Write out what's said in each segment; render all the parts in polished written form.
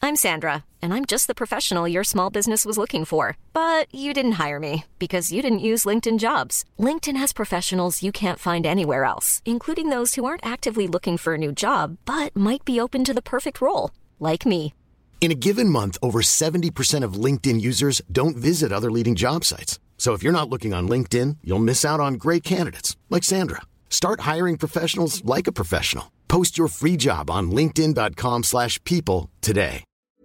I'm Sandra, and I'm just the professional your small business was looking for. But you didn't hire me because you didn't use LinkedIn Jobs. LinkedIn has professionals you can't find anywhere else, including those who aren't actively looking for a new job, but might be open to the perfect role, like me. In a given month, over 70% of LinkedIn users don't visit other leading job sites. So if you're not looking on LinkedIn, you'll miss out on great candidates like Sandra. Start hiring professionals like a professional. Post your free job on linkedin.com/people today.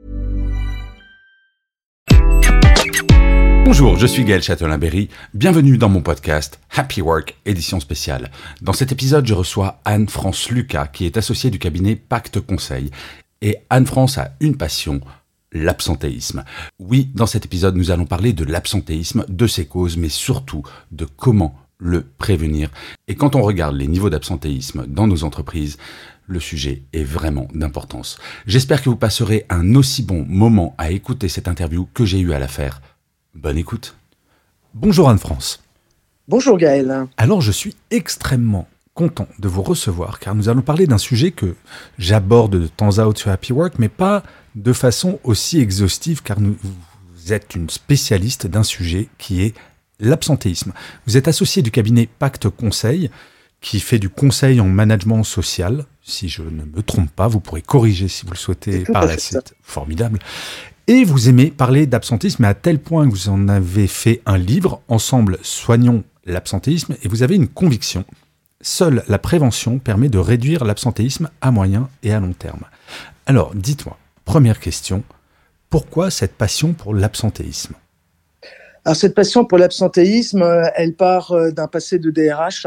Bonjour, je suis Gaël Châtelain-Berry. Bienvenue dans mon podcast Happy Work, édition spéciale. Dans cet épisode, je reçois Anne-France Lucas, qui est associée du cabinet Pacte Conseil. Et Anne-France a une passion, l'absentéisme. Oui, dans cet épisode, nous allons parler de l'absentéisme, de ses causes, mais surtout de comment le prévenir. Et quand on regarde les niveaux d'absentéisme dans nos entreprises, le sujet est vraiment d'importance. J'espère que vous passerez un aussi bon moment à écouter cette interview que j'ai eu à la faire. Bonne écoute. Bonjour Anne-France. Bonjour Gaël. Alors je suis extrêmement content de vous recevoir car nous allons parler d'un sujet que j'aborde de temps à autre sur Happy Work, mais pas de façon aussi exhaustive car vous êtes une spécialiste d'un sujet qui est l'absentéisme. Vous êtes associé du cabinet Pacte Conseil qui fait du conseil en management social. Si je ne me trompe pas, vous pourrez corriger si vous le souhaitez par la suite. Formidable. Et vous aimez parler d'absentéisme à tel point que vous en avez fait un livre, Ensemble, soignons l'absentéisme, et vous avez une conviction. Seule la prévention permet de réduire l'absentéisme à moyen et à long terme. Alors, dites-moi, première question, pourquoi cette passion pour l'absentéisme ? Alors cette passion pour l'absentéisme, elle part d'un passé de DRH.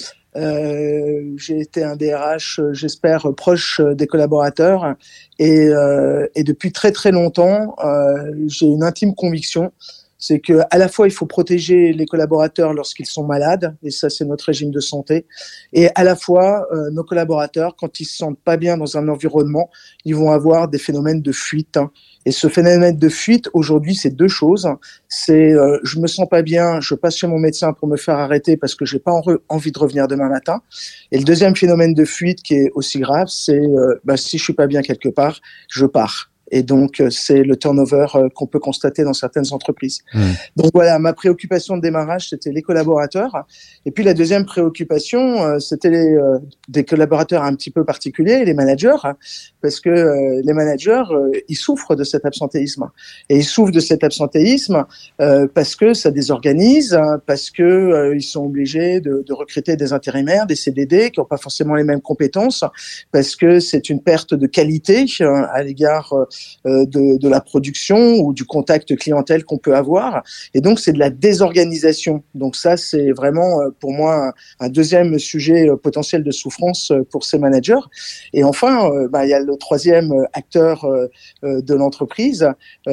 J'ai été un DRH, j'espère, proche des collaborateurs et depuis très très longtemps, j'ai une intime conviction, c'est que à la fois il faut protéger les collaborateurs lorsqu'ils sont malades, et ça c'est notre régime de santé, et à la fois nos collaborateurs, quand ils se sentent pas bien dans un environnement, ils vont avoir des phénomènes de fuite. Et ce phénomène de fuite, aujourd'hui, c'est deux choses. C'est je me sens pas bien, je passe chez mon médecin pour me faire arrêter parce que j'ai pas envie de revenir demain matin. Et le deuxième phénomène de fuite qui est aussi grave, c'est si je suis pas bien quelque part, je pars. Et donc, c'est le turnover qu'on peut constater dans certaines entreprises. Donc voilà, ma préoccupation de démarrage, c'était les collaborateurs. Et puis la deuxième préoccupation, c'était des collaborateurs un petit peu particuliers, les managers, parce que les managers, ils souffrent de cet absentéisme. Et ils souffrent de cet absentéisme parce que ça désorganise, parce que ils sont obligés de recruter des intérimaires, des CDD qui n'ont pas forcément les mêmes compétences, parce que c'est une perte de qualité à l'égard de la production ou du contact clientèle qu'on peut avoir. Et donc, c'est de la désorganisation. Donc ça, c'est vraiment pour moi un deuxième sujet potentiel de souffrance pour ces managers. Et enfin, il y a le troisième acteur de l'entreprise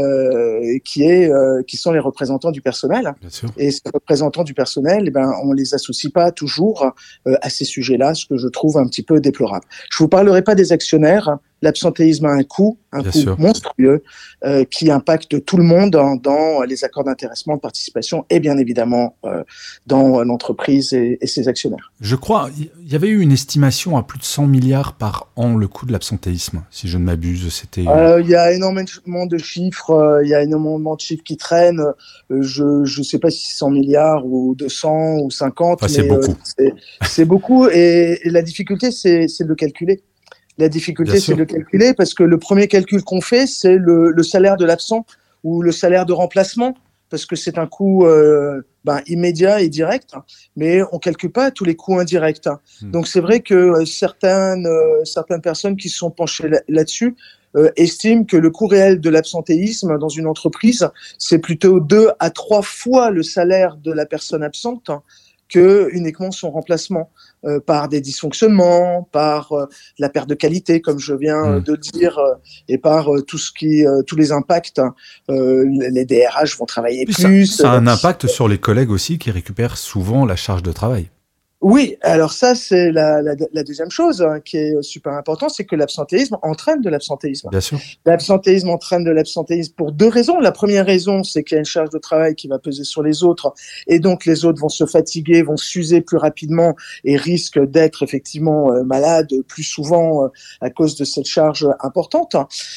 qui sont les représentants du personnel. Bien sûr. Et ces représentants du personnel, on les associe pas toujours à ces sujets-là, ce que je trouve un petit peu déplorable. Je vous parlerai pas des actionnaires. L'absentéisme a un coût monstrueux qui impacte tout le monde dans les accords d'intéressement, de participation et bien évidemment dans l'entreprise et ses actionnaires. Je crois, il y avait eu une estimation à plus de 100 milliards par an le coût de l'absentéisme, si je ne m'abuse. C'était. Il y a énormément de chiffres, il y a énormément de chiffres qui traînent. Je sais pas si c'est 100 milliards ou 200 ou 50, c'est beaucoup. C'est beaucoup et la difficulté c'est de le calculer. La difficulté, c'est de le calculer parce que le premier calcul qu'on fait, c'est le salaire de l'absent ou le salaire de remplacement, parce que c'est un coût immédiat et direct, mais on calcule pas tous les coûts indirects. Donc c'est vrai que certaines personnes qui se sont penchées là-dessus estiment que le coût réel de l'absentéisme dans une entreprise, c'est plutôt 2 à 3 fois le salaire de la personne absente que uniquement son remplacement par des dysfonctionnements, par la perte de qualité, comme je viens de le dire, et par tous les impacts. Les DRH vont travailler plus. Ça a un impact sur les collègues aussi qui récupèrent souvent la charge de travail. Oui, alors ça, c'est la deuxième chose qui est super importante, c'est que l'absentéisme entraîne de l'absentéisme. Bien sûr. L'absentéisme entraîne de l'absentéisme pour deux raisons. La première raison, c'est qu'il y a une charge de travail qui va peser sur les autres, et donc les autres vont se fatiguer, vont s'user plus rapidement et risquent d'être effectivement malades plus souvent à cause de cette charge importante.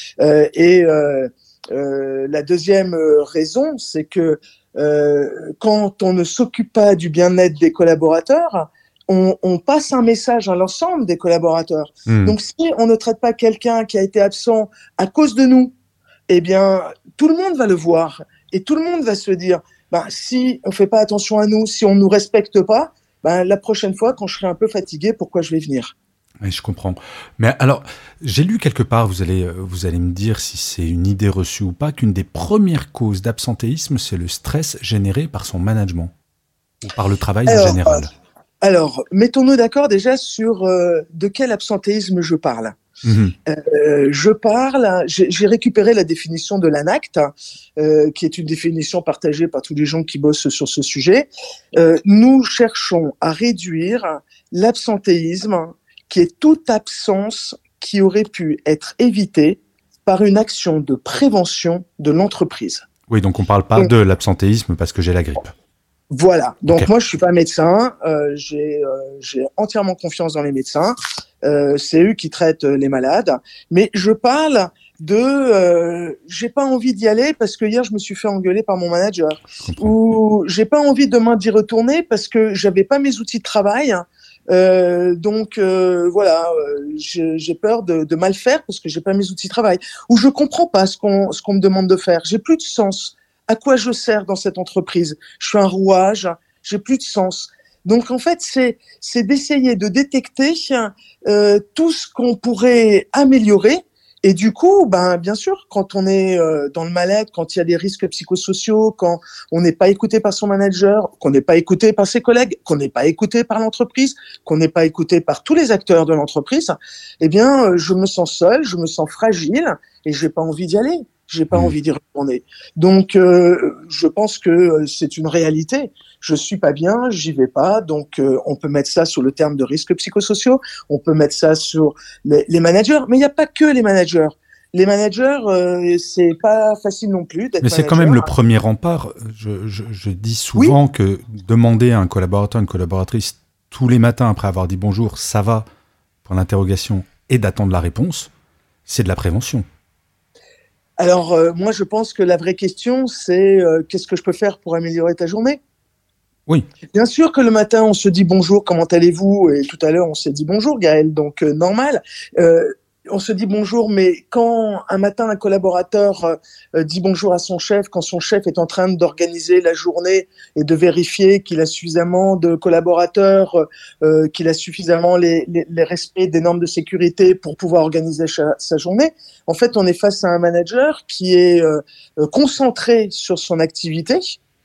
La deuxième raison, c'est que quand on ne s'occupe pas du bien-être des collaborateurs, on passe un message à l'ensemble des collaborateurs. Donc, si on ne traite pas quelqu'un qui a été absent à cause de nous, eh bien, tout le monde va le voir et tout le monde va se dire, si on fait pas attention à nous, si on nous respecte pas, la prochaine fois, quand je serai un peu fatigué, pourquoi je vais venir? Oui, je comprends. Mais alors, j'ai lu quelque part, vous allez me dire si c'est une idée reçue ou pas, qu'une des premières causes d'absentéisme, c'est le stress généré par son management ou par le travail en général. Alors, mettons-nous d'accord déjà sur de quel absentéisme je parle. J'ai récupéré la définition de l'ANACT, qui est une définition partagée par tous les gens qui bossent sur ce sujet. Nous cherchons à réduire l'absentéisme qui est toute absence qui aurait pu être évitée par une action de prévention de l'entreprise. Oui, donc on ne parle pas de l'absentéisme parce que j'ai la grippe. Voilà, donc moi je ne suis pas médecin, j'ai entièrement confiance dans les médecins, c'est eux qui traitent les malades, mais je parle j'ai pas envie d'y aller parce que hier je me suis fait engueuler par mon manager, ou j'ai pas envie demain d'y retourner parce que j'avais pas mes outils de travail. Voilà, j'ai peur de mal faire parce que j'ai pas mes outils de travail, ou je comprends pas ce qu'on me demande de faire, j'ai plus de sens. À quoi je sers dans cette entreprise? Je suis un rouage, j'ai plus de sens. Donc en fait, c'est d'essayer de détecter tout ce qu'on pourrait améliorer. Et du coup, bien sûr, quand on est dans le mal-être, quand il y a des risques psychosociaux, quand on n'est pas écouté par son manager, qu'on n'est pas écouté par ses collègues, qu'on n'est pas écouté par l'entreprise, qu'on n'est pas écouté par tous les acteurs de l'entreprise, eh bien, je me sens seul, je me sens fragile et j'ai pas envie d'y aller. J'ai pas envie d'y retourner. Donc, je pense que c'est une réalité. Je suis pas bien, j'y vais pas. Donc, on peut mettre ça sur le terme de risques psychosociaux. On peut mettre ça sur les managers. Mais il n'y a pas que les managers. Les managers, c'est pas facile non plus d'être manager. Mais c'est quand même le premier rempart. Je dis souvent que demander à un collaborateur, une collaboratrice, tous les matins après avoir dit bonjour, ça va, pour l'interrogation, et d'attendre la réponse, c'est de la prévention. Alors, moi, je pense que la vraie question, c'est qu'est-ce que je peux faire pour améliorer ta journée? Oui. Bien sûr que le matin, on se dit bonjour, comment allez-vous? Et tout à l'heure, on s'est dit bonjour, Gaël, donc normal. On se dit bonjour, mais quand un matin, un collaborateur dit bonjour à son chef, quand son chef est en train d'organiser la journée et de vérifier qu'il a suffisamment de collaborateurs, qu'il a suffisamment les respects des normes de sécurité pour pouvoir organiser sa journée, en fait, on est face à un manager qui est concentré sur son activité.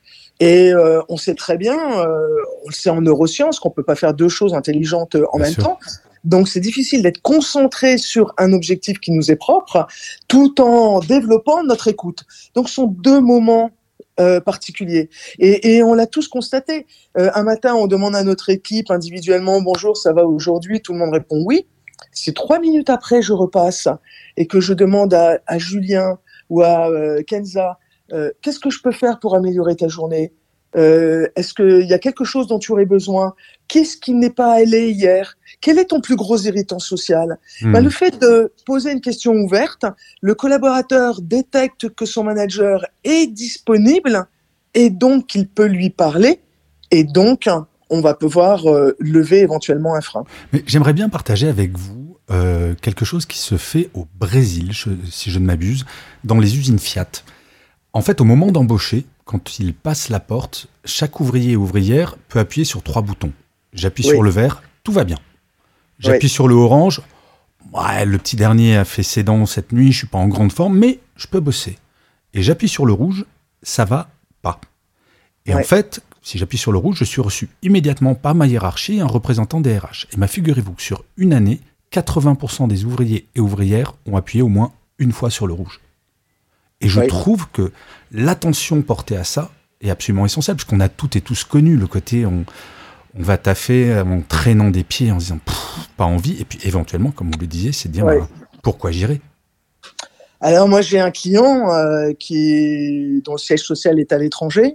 Et on sait très bien, on le sait en neurosciences, qu'on peut pas faire deux choses intelligentes en même temps. Donc, c'est difficile d'être concentré sur un objectif qui nous est propre, tout en développant notre écoute. Donc, ce sont deux moments particuliers. Et on l'a tous constaté. Un matin, on demande à notre équipe individuellement « Bonjour, ça va aujourd'hui ?» Tout le monde répond « Oui ». Si 3 minutes après, je repasse et que je demande à Julien ou à Kenza « Qu'est-ce que je peux faire pour améliorer ta journée ? Est-ce qu'il y a quelque chose dont tu aurais besoin ? Qu'est-ce qui n'est pas allé hier ? Quel est ton plus gros irritant social ? » Le fait de poser une question ouverte, le collaborateur détecte que son manager est disponible et donc qu'il peut lui parler et donc on va pouvoir lever éventuellement un frein. Mais j'aimerais bien partager avec vous quelque chose qui se fait au Brésil, si je ne m'abuse, dans les usines Fiat. En fait, au moment d'embaucher, quand il passe la porte, chaque ouvrier et ouvrière peut appuyer sur 3 boutons. J'appuie sur le vert, tout va bien. J'appuie sur le orange, le petit dernier a fait ses dents cette nuit, je suis pas en grande forme, mais je peux bosser. Et j'appuie sur le rouge, ça va pas. Et en fait, si j'appuie sur le rouge, je suis reçu immédiatement par ma hiérarchie, un représentant des RH. Et figurez-vous que sur une année, 80% des ouvriers et ouvrières ont appuyé au moins une fois sur le rouge. Et je trouve que l'attention portée à ça est absolument essentielle, parce qu'on a toutes et tous connu le côté, on va taffer en traînant des pieds, en se disant pas envie. Et puis éventuellement, comme vous le disiez, c'est de dire pourquoi j'irai. Alors moi j'ai un client dont le siège social est à l'étranger,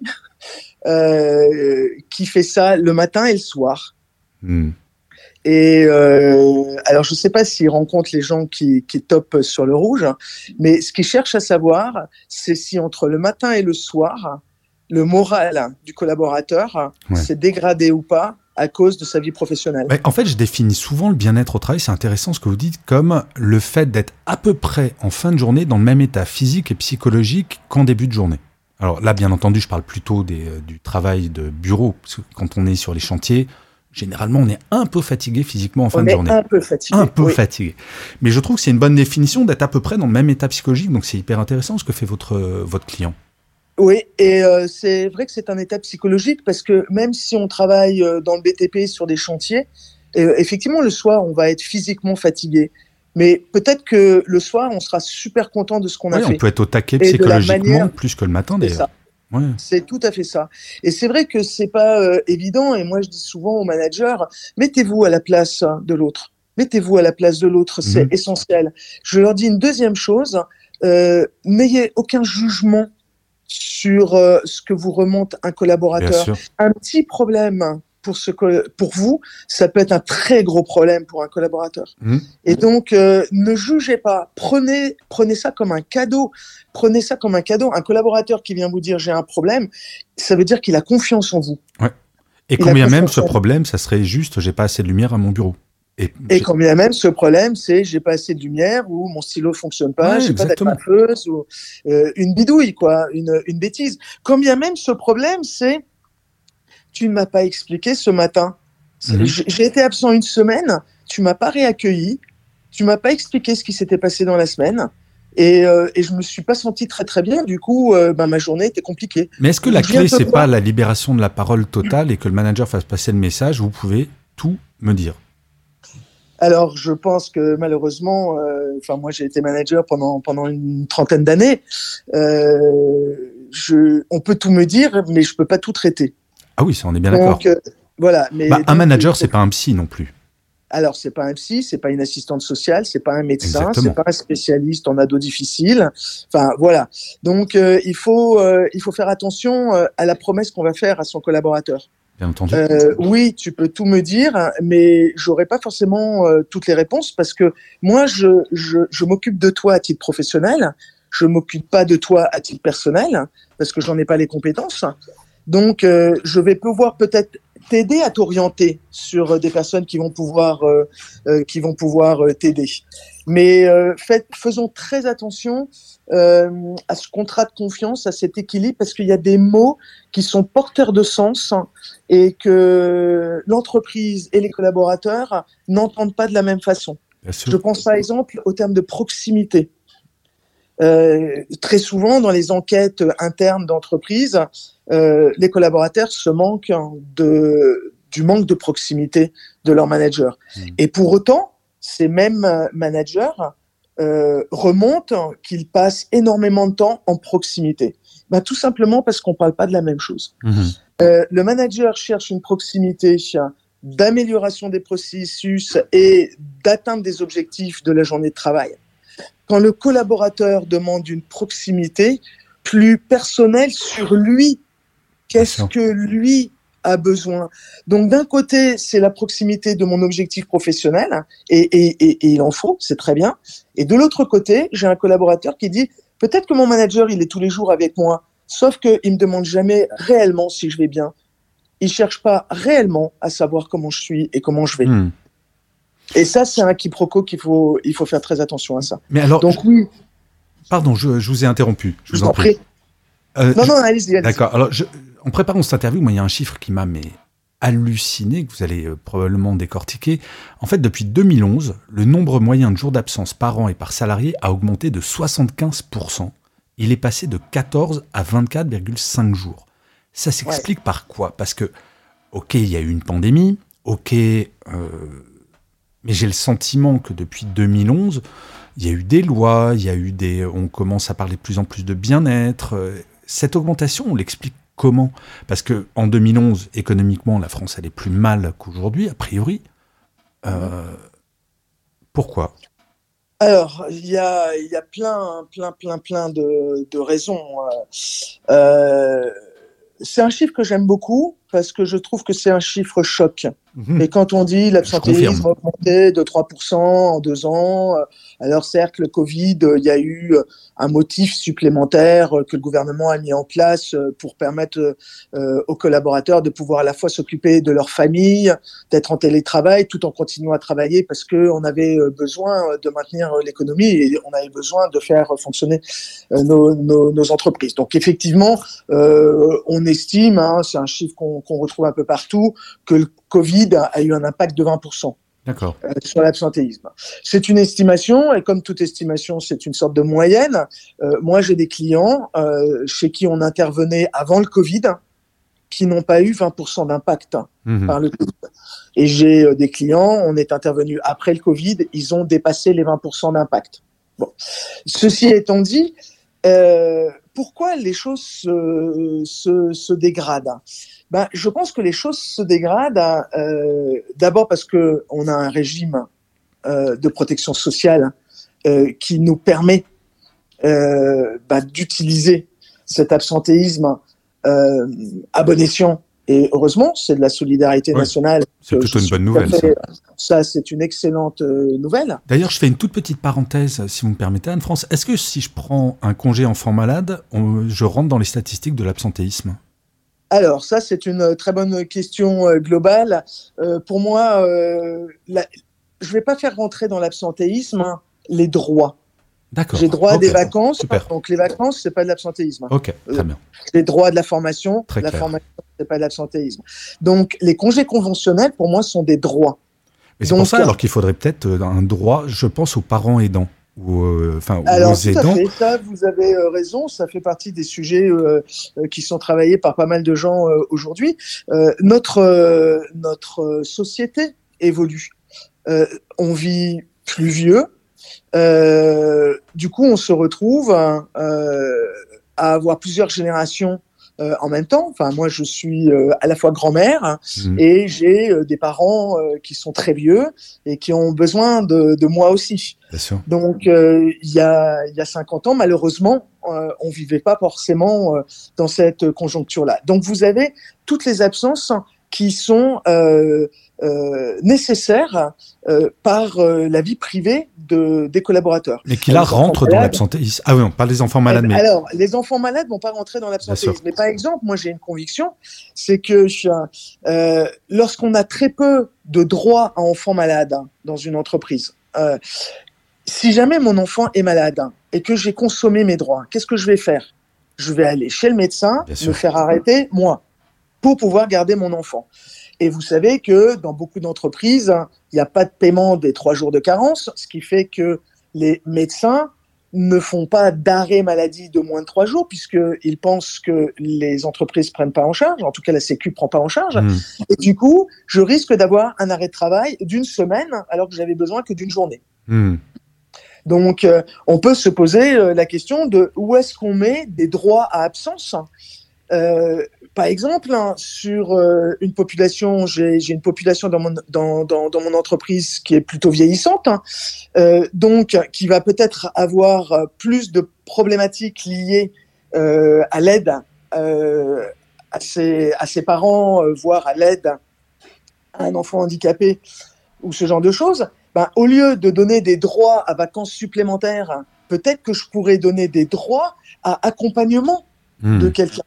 qui fait ça le matin et le soir. Et alors je ne sais pas s'il rencontre les gens qui topent sur le rouge, mais ce qu'il cherche à savoir, c'est si entre le matin et le soir, le moral du collaborateur s'est dégradé ou pas à cause de sa vie professionnelle. En fait, je définis souvent le bien-être au travail, c'est intéressant ce que vous dites, comme le fait d'être à peu près en fin de journée dans le même état physique et psychologique qu'en début de journée. Alors là, bien entendu, je parle plutôt du travail de bureau, parce que quand on est sur les chantiers, généralement, on est un peu fatigué physiquement en fin de journée. Un peu fatigué. Fatigué. Mais je trouve que c'est une bonne définition d'être à peu près dans le même état psychologique, donc c'est hyper intéressant ce que fait votre client. Oui, et c'est vrai que c'est un état psychologique parce que même si on travaille dans le BTP sur des chantiers, effectivement, le soir, on va être physiquement fatigué. Mais peut-être que le soir, on sera super content de ce qu'on a fait. On peut être au taquet psychologiquement plus que le matin, d'ailleurs. C'est tout à fait ça. Et c'est vrai que c'est pas évident. Et moi, je dis souvent aux managers, mettez-vous à la place de l'autre. Mettez-vous à la place de l'autre, c'est essentiel. Je leur dis une deuxième chose, n'ayez aucun jugement sur ce que vous remonte un collaborateur. Un petit problème pour vous, ça peut être un très gros problème pour un collaborateur. Et donc, ne jugez pas. Prenez ça comme un cadeau. Prenez ça comme un cadeau. Un collaborateur qui vient vous dire « j'ai un problème », ça veut dire qu'il a confiance en vous. Ouais. Et combien même ce problème, ça serait juste « j'ai pas assez de lumière à mon bureau ». Et quand bien même ce problème, c'est j'ai pas assez de lumière ou mon stylo fonctionne pas, j'ai pas d'agrafeuse ou une bidouille quoi, une bêtise. Quand bien même ce problème, c'est tu ne m'as pas expliqué ce matin. J'ai été absent une semaine, tu m'as pas réaccueilli, tu m'as pas expliqué ce qui s'était passé dans la semaine. Et je me suis pas senti très très bien. Du coup, ma journée était compliquée. Mais est-ce que la clé c'est pas la libération de la parole totale et que le manager fasse passer le message? Vous pouvez tout me dire. Alors, je pense que malheureusement, moi j'ai été manager pendant une trentaine d'années. On peut tout me dire, mais je peux pas tout traiter. Ah oui, ça on est bien d'accord. Voilà. Mais un manager, c'est pas un psy non plus. Alors, c'est pas un psy, c'est pas une assistante sociale, c'est pas un médecin, c'est pas un spécialiste en ados difficiles. Enfin, voilà. Donc, il faut faire attention à la promesse qu'on va faire à son collaborateur. Bien entendu. Oui, tu peux tout me dire, mais j'aurai pas forcément toutes les réponses parce que moi, je m'occupe de toi à titre professionnel, je m'occupe pas de toi à titre personnel parce que j'en ai pas les compétences. Donc, je vais pouvoir peut-être t'aider à t'orienter sur des personnes qui vont pouvoir t'aider. Mais faisons très attention à ce contrat de confiance, à cet équilibre, parce qu'il y a des mots qui sont porteurs de sens et que l'entreprise et les collaborateurs n'entendent pas de la même façon. Je pense par exemple au terme de proximité. Très souvent, dans les enquêtes internes d'entreprise, les collaborateurs se manquent du manque de proximité de leur manager. Et pour autant, ces mêmes managers remontent qu'ils passent énormément de temps en proximité. Tout simplement parce qu'on ne parle pas de la même chose. Le manager cherche une proximité d'amélioration des processus et d'atteinte des objectifs de la journée de travail. Quand le collaborateur demande une proximité plus personnelle sur lui, qu'est-ce que lui a besoin. Donc d'un côté, c'est la proximité de mon objectif professionnel, et il en faut, c'est très bien. Et de l'autre côté, j'ai un collaborateur qui dit, peut-être que mon manager, il est tous les jours avec moi, sauf qu'il ne me demande jamais réellement si je vais bien. Il ne cherche pas réellement à savoir comment je suis et comment je vais. Et ça, c'est un quiproquo il faut faire très attention à ça. Mais alors, donc oui. Pardon, je vous ai interrompu. Je vous en prie. Non, allez-y. D'accord. Alors, en préparant cette interview, moi, il y a un chiffre qui m'a halluciné, que vous allez probablement décortiquer. En fait, depuis 2011, le nombre moyen de jours d'absence par an et par salarié a augmenté de 75%. Il est passé de 14 à 24,5 jours. Ça s'explique par quoi? Parce que, ok, il y a eu une pandémie, ok, mais j'ai le sentiment que depuis 2011, il y a eu des lois, on commence à parler de plus en plus de bien-être. Cette augmentation, on l'explique comment? Parce que en 2011, économiquement, la France allait plus mal qu'aujourd'hui, a priori. Pourquoi? Alors, il y a plein de raisons. Euh, c'est un chiffre que j'aime beaucoup parce que je trouve que c'est un chiffre choc. Et quand on dit l'absentéisme a augmenté de 3% en 2 ans, alors certes, le Covid, il y a eu un motif supplémentaire que le gouvernement a mis en place pour permettre aux collaborateurs de pouvoir à la fois s'occuper de leur famille, d'être en télétravail, tout en continuant à travailler parce qu'on avait besoin de maintenir l'économie et on avait besoin de faire fonctionner nos entreprises. Donc effectivement, on estime, c'est un chiffre qu'on retrouve un peu partout, que le Covid a eu un impact de 20%. D'accord. Sur l'absentéisme. C'est une estimation, et comme toute estimation, c'est une sorte de moyenne. Moi, j'ai des clients chez qui on intervenait avant le Covid qui n'ont pas eu 20% d'impact par le Covid. Et j'ai des clients, on est intervenu après le Covid, ils ont dépassé les 20% d'impact. Bon. Ceci étant dit, pourquoi les choses se dégradent? Je pense que les choses se dégradent d'abord parce qu'on a un régime de protection sociale qui nous permet d'utiliser cet absentéisme à bon escient. Et heureusement, c'est de la solidarité nationale. C'est plutôt une bonne nouvelle, ça. C'est une excellente nouvelle. D'ailleurs, je fais une toute petite parenthèse, si vous me permettez, Anne-France. Est-ce que si je prends un congé enfant malade, je rentre dans les statistiques de l'absentéisme ? Alors, ça, c'est une très bonne question globale. Pour moi, je ne vais pas faire rentrer dans l'absentéisme les droits. D'accord. J'ai droit à des vacances, super. Donc les vacances, c'est pas de l'absentéisme. Ok, très bien. Les droits de la formation, Très clair. formation, c'est pas de l'absentéisme. Donc les congés conventionnels, pour moi, sont des droits. Mais c'est pour ça alors qu'il faudrait peut-être un droit, je pense, aux parents aidants. Ou aux aidants. Tout à fait, ça, vous avez raison, ça fait partie des sujets qui sont travaillés par pas mal de gens aujourd'hui. Notre société évolue. On vit plus vieux. Du coup, on se retrouve à avoir plusieurs générations en même temps. Enfin, moi, je suis à la fois grand-mère et j'ai des parents qui sont très vieux et qui ont besoin de moi aussi. Bien sûr. Donc, il y a 50 ans, malheureusement, on vivait pas forcément dans cette conjoncture-là. Donc, vous avez toutes les absences qui sont nécessaires par la vie privée des collaborateurs. Mais qui là rentrent dans l'absentéisme. Ah oui, non, pas les enfants malades. Mais... Alors, les enfants malades vont pas rentrer dans l'absentéisme. Mais par exemple, moi j'ai une conviction, c'est que lorsqu'on a très peu de droits à enfants malades dans une entreprise, si jamais mon enfant est malade et que j'ai consommé mes droits, qu'est-ce que je vais faire? Je vais aller chez le médecin, me faire arrêter, moi, pour pouvoir garder mon enfant. Et vous savez que dans beaucoup d'entreprises, il n'y a pas de paiement des 3 jours de carence, ce qui fait que les médecins ne font pas d'arrêt maladie de moins de 3 jours, puisqu'ils pensent que les entreprises ne prennent pas en charge, en tout cas la Sécu ne prend pas en charge. Et du coup, je risque d'avoir un arrêt de travail d'une semaine, alors que j'avais besoin que d'une journée. Donc, on peut se poser la question de où est-ce qu'on met des droits à absence. Par exemple, sur une population, j'ai une population dans mon entreprise qui est plutôt vieillissante, donc qui va peut-être avoir plus de problématiques liées à l'aide à ses parents, voire à l'aide à un enfant handicapé ou ce genre de choses. Au lieu de donner des droits à vacances supplémentaires, peut-être que je pourrais donner des droits à accompagnement de quelqu'un.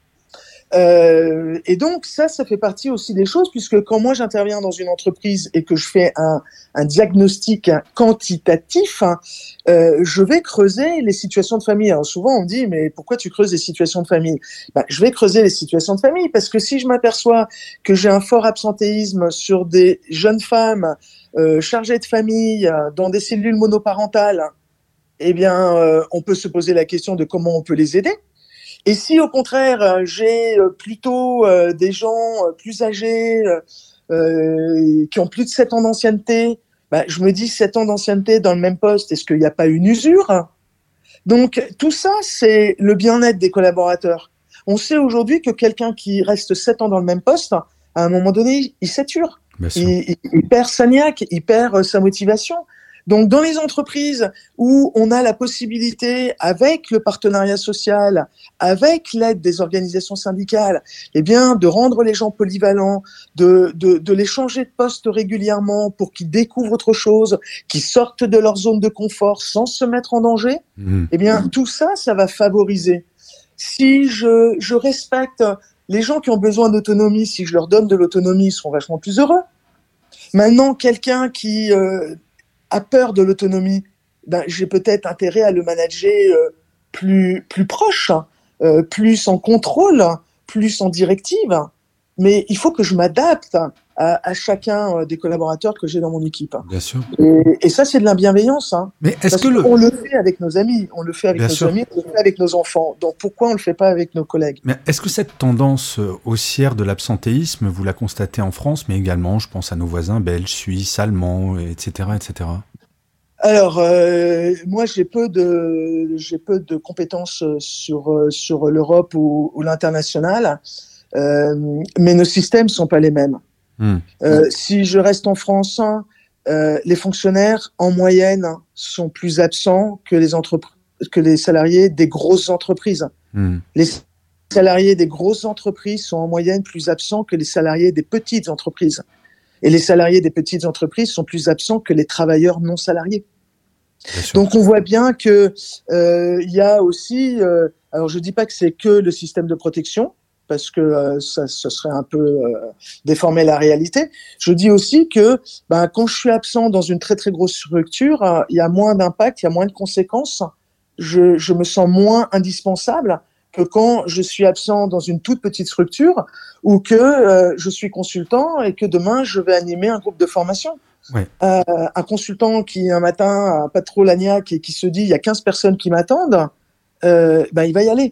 Et donc ça fait partie aussi des choses, puisque quand moi j'interviens dans une entreprise et que je fais un diagnostic quantitatif, je vais creuser les situations de famille. Alors souvent on me dit mais pourquoi tu creuses les situations de famille? Je vais creuser les situations de famille parce que si je m'aperçois que j'ai un fort absentéisme sur des jeunes femmes chargées de famille dans des cellules monoparentales, eh bien on peut se poser la question de comment on peut les aider. Et si au contraire j'ai plutôt des gens plus âgés qui ont plus de 7 ans d'ancienneté, je me dis 7 ans d'ancienneté dans le même poste, est-ce qu'il n'y a pas une usure? Donc tout ça, c'est le bien-être des collaborateurs. On sait aujourd'hui que quelqu'un qui reste 7 ans dans le même poste, à un moment donné, il sature. Il perd sa niaque, il perd sa motivation. Donc, dans les entreprises où on a la possibilité, avec le partenariat social, avec l'aide des organisations syndicales, eh bien, de rendre les gens polyvalents, de les changer de poste régulièrement pour qu'ils découvrent autre chose, qu'ils sortent de leur zone de confort sans se mettre en danger, eh bien, tout ça, ça va favoriser. Si je respecte les gens qui ont besoin d'autonomie, si je leur donne de l'autonomie, ils seront vachement plus heureux. Maintenant, quelqu'un qui a peur de l'autonomie, ben, j'ai peut-être intérêt à le manager plus proche, plus en contrôle, plus en directive. Mais il faut que je m'adapte à chacun des collaborateurs que j'ai dans mon équipe. Bien sûr. Et ça, c'est de la bienveillance. Mais est-ce que on le fait avec nos amis, on le fait avec nos amis, on le fait avec nos enfants. Donc pourquoi on le fait pas avec nos collègues ? Mais est-ce que cette tendance haussière de l'absentéisme, vous la constatez en France, mais également, je pense à nos voisins belges, suisses, allemands, etc., etc. Alors, moi, j'ai peu de compétences sur l'Europe ou l'international, mais nos systèmes sont pas les mêmes. Si je reste en France, les fonctionnaires en moyenne sont plus absents que les salariés des grosses entreprises. Les salariés des grosses entreprises sont en moyenne plus absents que les salariés des petites entreprises. Et les salariés des petites entreprises sont plus absents que les travailleurs non salariés. Donc on voit bien que y a aussi, alors je dis pas que c'est que le système de protection, parce que ça serait un peu déformer la réalité. Je dis aussi que quand je suis absent dans une très très grosse structure, il y a moins d'impact, il y a moins de conséquences. Je me sens moins indispensable que quand je suis absent dans une toute petite structure ou que je suis consultant et que demain je vais animer un groupe de formation. Ouais. Un consultant qui un matin a pas trop la niaque et qui se dit il y a 15 personnes qui m'attendent, il va y aller.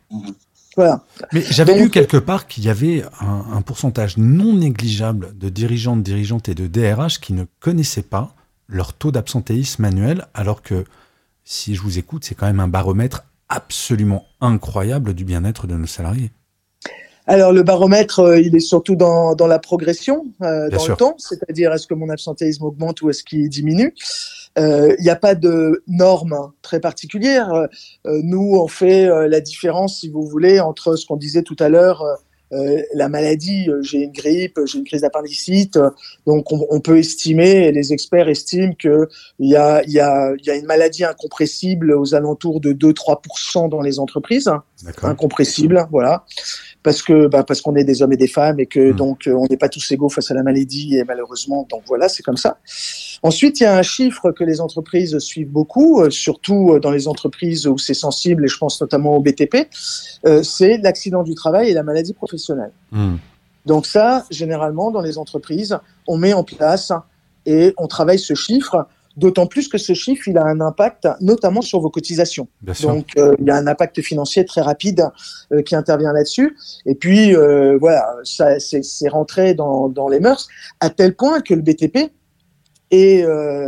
Voilà. Mais j'avais lu quelque part qu'il y avait un pourcentage non négligeable de dirigeants, de dirigeantes et de DRH qui ne connaissaient pas leur taux d'absentéisme annuel, alors que, si je vous écoute, c'est quand même un baromètre absolument incroyable du bien-être de nos salariés. Alors, le baromètre, il est surtout dans la progression, dans le temps, c'est-à-dire est-ce que mon absentéisme augmente ou est-ce qu'il diminue. Il n'y a pas de normes très particulières. Nous, on fait la différence, si vous voulez, entre ce qu'on disait tout à l'heure, la maladie, j'ai une grippe, j'ai une crise d'appendicite, donc on peut estimer, et les experts estiment qu'il y a une maladie incompressible aux alentours de 2-3% dans les entreprises. D'accord. Incompressible, voilà. Parce qu'on est des hommes et des femmes et que donc on n'est pas tous égaux face à la maladie et malheureusement donc voilà, c'est comme ça. Ensuite, il y a un chiffre que les entreprises suivent beaucoup, surtout dans les entreprises où c'est sensible et je pense notamment au BTP, c'est l'accident du travail et la maladie professionnelle. Donc ça, généralement dans les entreprises, on met en place et on travaille ce chiffre. D'autant plus que ce chiffre, il a un impact, notamment sur vos cotisations. Donc, il y a un impact financier très rapide qui intervient là-dessus. Et puis, voilà, ça, c'est rentré dans les mœurs, à tel point que le BTP est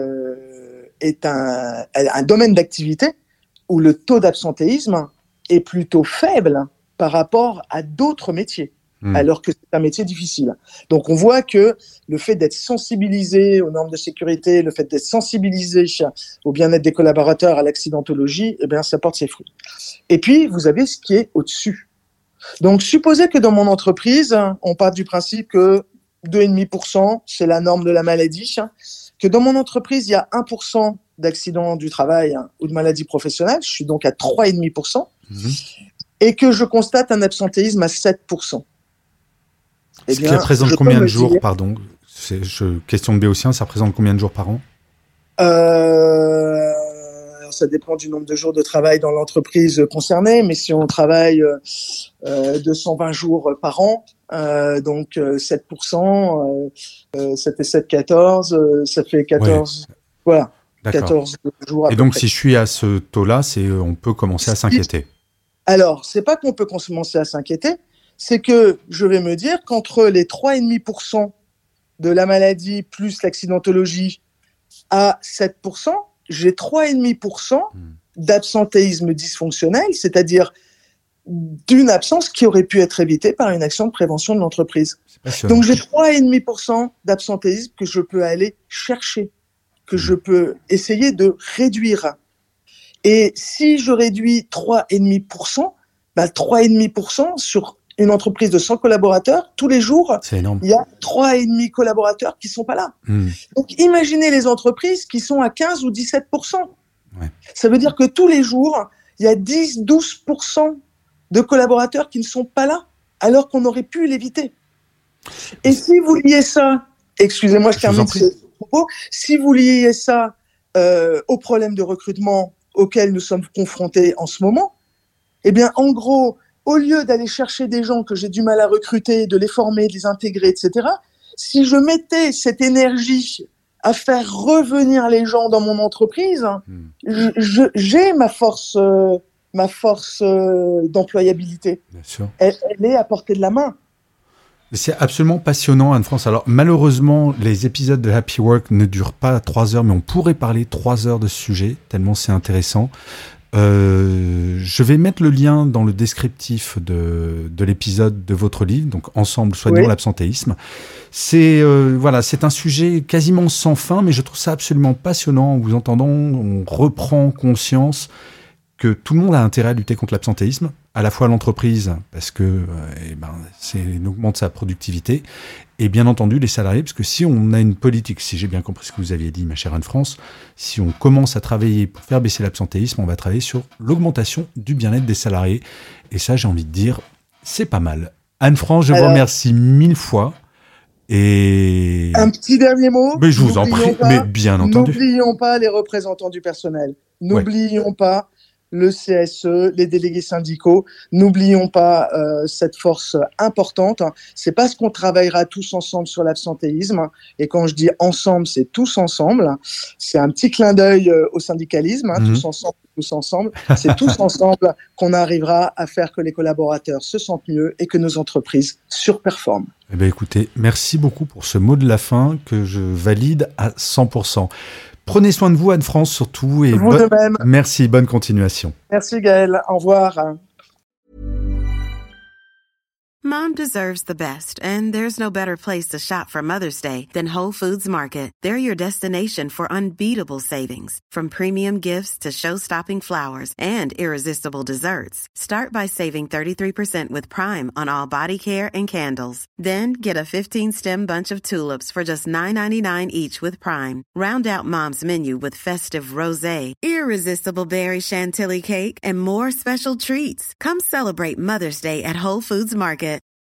un domaine d'activité où le taux d'absentéisme est plutôt faible par rapport à d'autres métiers. Alors que c'est un métier difficile. Donc, on voit que le fait d'être sensibilisé aux normes de sécurité, le fait d'être sensibilisé au bien-être des collaborateurs, à l'accidentologie, eh bien, ça porte ses fruits. Et puis, vous avez ce qui est au-dessus. Donc, supposez que dans mon entreprise, on part du principe que 2,5%, c'est la norme de la maladie, que dans mon entreprise, il y a 1% d'accidents du travail ou de maladies professionnelles, je suis donc à 3,5%, et que je constate un absentéisme à 7%. Ce qui représente combien de jours, pardon ? Question de Béotien, ça représente combien de jours par an ? Ça dépend du nombre de jours de travail dans l'entreprise concernée, mais si on travaille 220 jours par an, donc 7%, 7 et 7, 14, ça fait 14, ouais. Voilà, 14 jours. Et donc, si je suis à ce taux-là, on peut commencer à s'inquiéter. Alors, c'est pas qu'on peut commencer à s'inquiéter, c'est que je vais me dire qu'entre les 3,5% de la maladie plus l'accidentologie à 7%, j'ai 3,5% d'absentéisme dysfonctionnel, c'est-à-dire d'une absence qui aurait pu être évitée par une action de prévention de l'entreprise. Donc j'ai 3,5% d'absentéisme que je peux aller chercher, que je peux essayer de réduire. Et si je réduis 3,5%, 3,5% sur une entreprise de 100 collaborateurs, tous les jours, c'est énorme. Il y a 3,5 collaborateurs qui sont pas là. Donc imaginez les entreprises qui sont à 15 ou 17%. Ouais. Ça veut dire que tous les jours, il y a 10-12% de collaborateurs qui ne sont pas là, alors qu'on aurait pu l'éviter. Et si vous liez ça, excusez-moi, je termine ce propos, si vous liez ça au problème de recrutement auquel nous sommes confrontés en ce moment, eh bien, en gros, au lieu d'aller chercher des gens que j'ai du mal à recruter, de les former, de les intégrer, etc., si je mettais cette énergie à faire revenir les gens dans mon entreprise, j'ai ma force d'employabilité. Bien sûr. Elle est à portée de la main. C'est absolument passionnant, Anne-France. Alors, malheureusement, les épisodes de Happy Work ne durent pas 3 heures, mais on pourrait parler 3 heures de ce sujet, tellement c'est intéressant. Je vais mettre le lien dans le descriptif de l'épisode de votre livre, donc Ensemble, soignons l'absentéisme. C'est un sujet quasiment sans fin, mais je trouve ça absolument passionnant. En vous entendant, on reprend conscience que tout le monde a intérêt à lutter contre l'absentéisme, à la fois l'entreprise, parce que c'est augmente sa productivité, et bien entendu les salariés, parce que si on a une politique, si j'ai bien compris ce que vous aviez dit, ma chère Anne-France, si on commence à travailler pour faire baisser l'absentéisme, on va travailler sur l'augmentation du bien-être des salariés. Et ça, j'ai envie de dire, c'est pas mal. Anne-France, je vous remercie 1000 fois. Et un petit dernier mot. Mais je vous en prie, mais bien entendu. N'oublions pas les représentants du personnel. N'oublions pas le CSE, les délégués syndicaux. N'oublions pas cette force importante. C'est parce qu'on travaillera tous ensemble sur l'absentéisme. Et quand je dis ensemble, c'est tous ensemble. C'est un petit clin d'œil au syndicalisme. Tous ensemble. C'est tous ensemble qu'on arrivera à faire que les collaborateurs se sentent mieux et que nos entreprises surperforment. Eh bien, écoutez, merci beaucoup pour ce mot de la fin que je valide à 100%. Prenez soin de vous, Anne-France, surtout. Et vous de même. Merci, bonne continuation. Merci, Gaël. Au revoir. Mom deserves the best, and there's no better place to shop for Mother's Day than Whole Foods Market. They're your destination for unbeatable savings, from premium gifts to show-stopping flowers and irresistible desserts. Start by saving 33% with Prime on all body care and candles. Then get a 15-stem bunch of tulips for just $9.99 each with Prime. Round out Mom's menu with festive rosé, irresistible berry chantilly cake, and more special treats. Come celebrate Mother's Day at Whole Foods Market.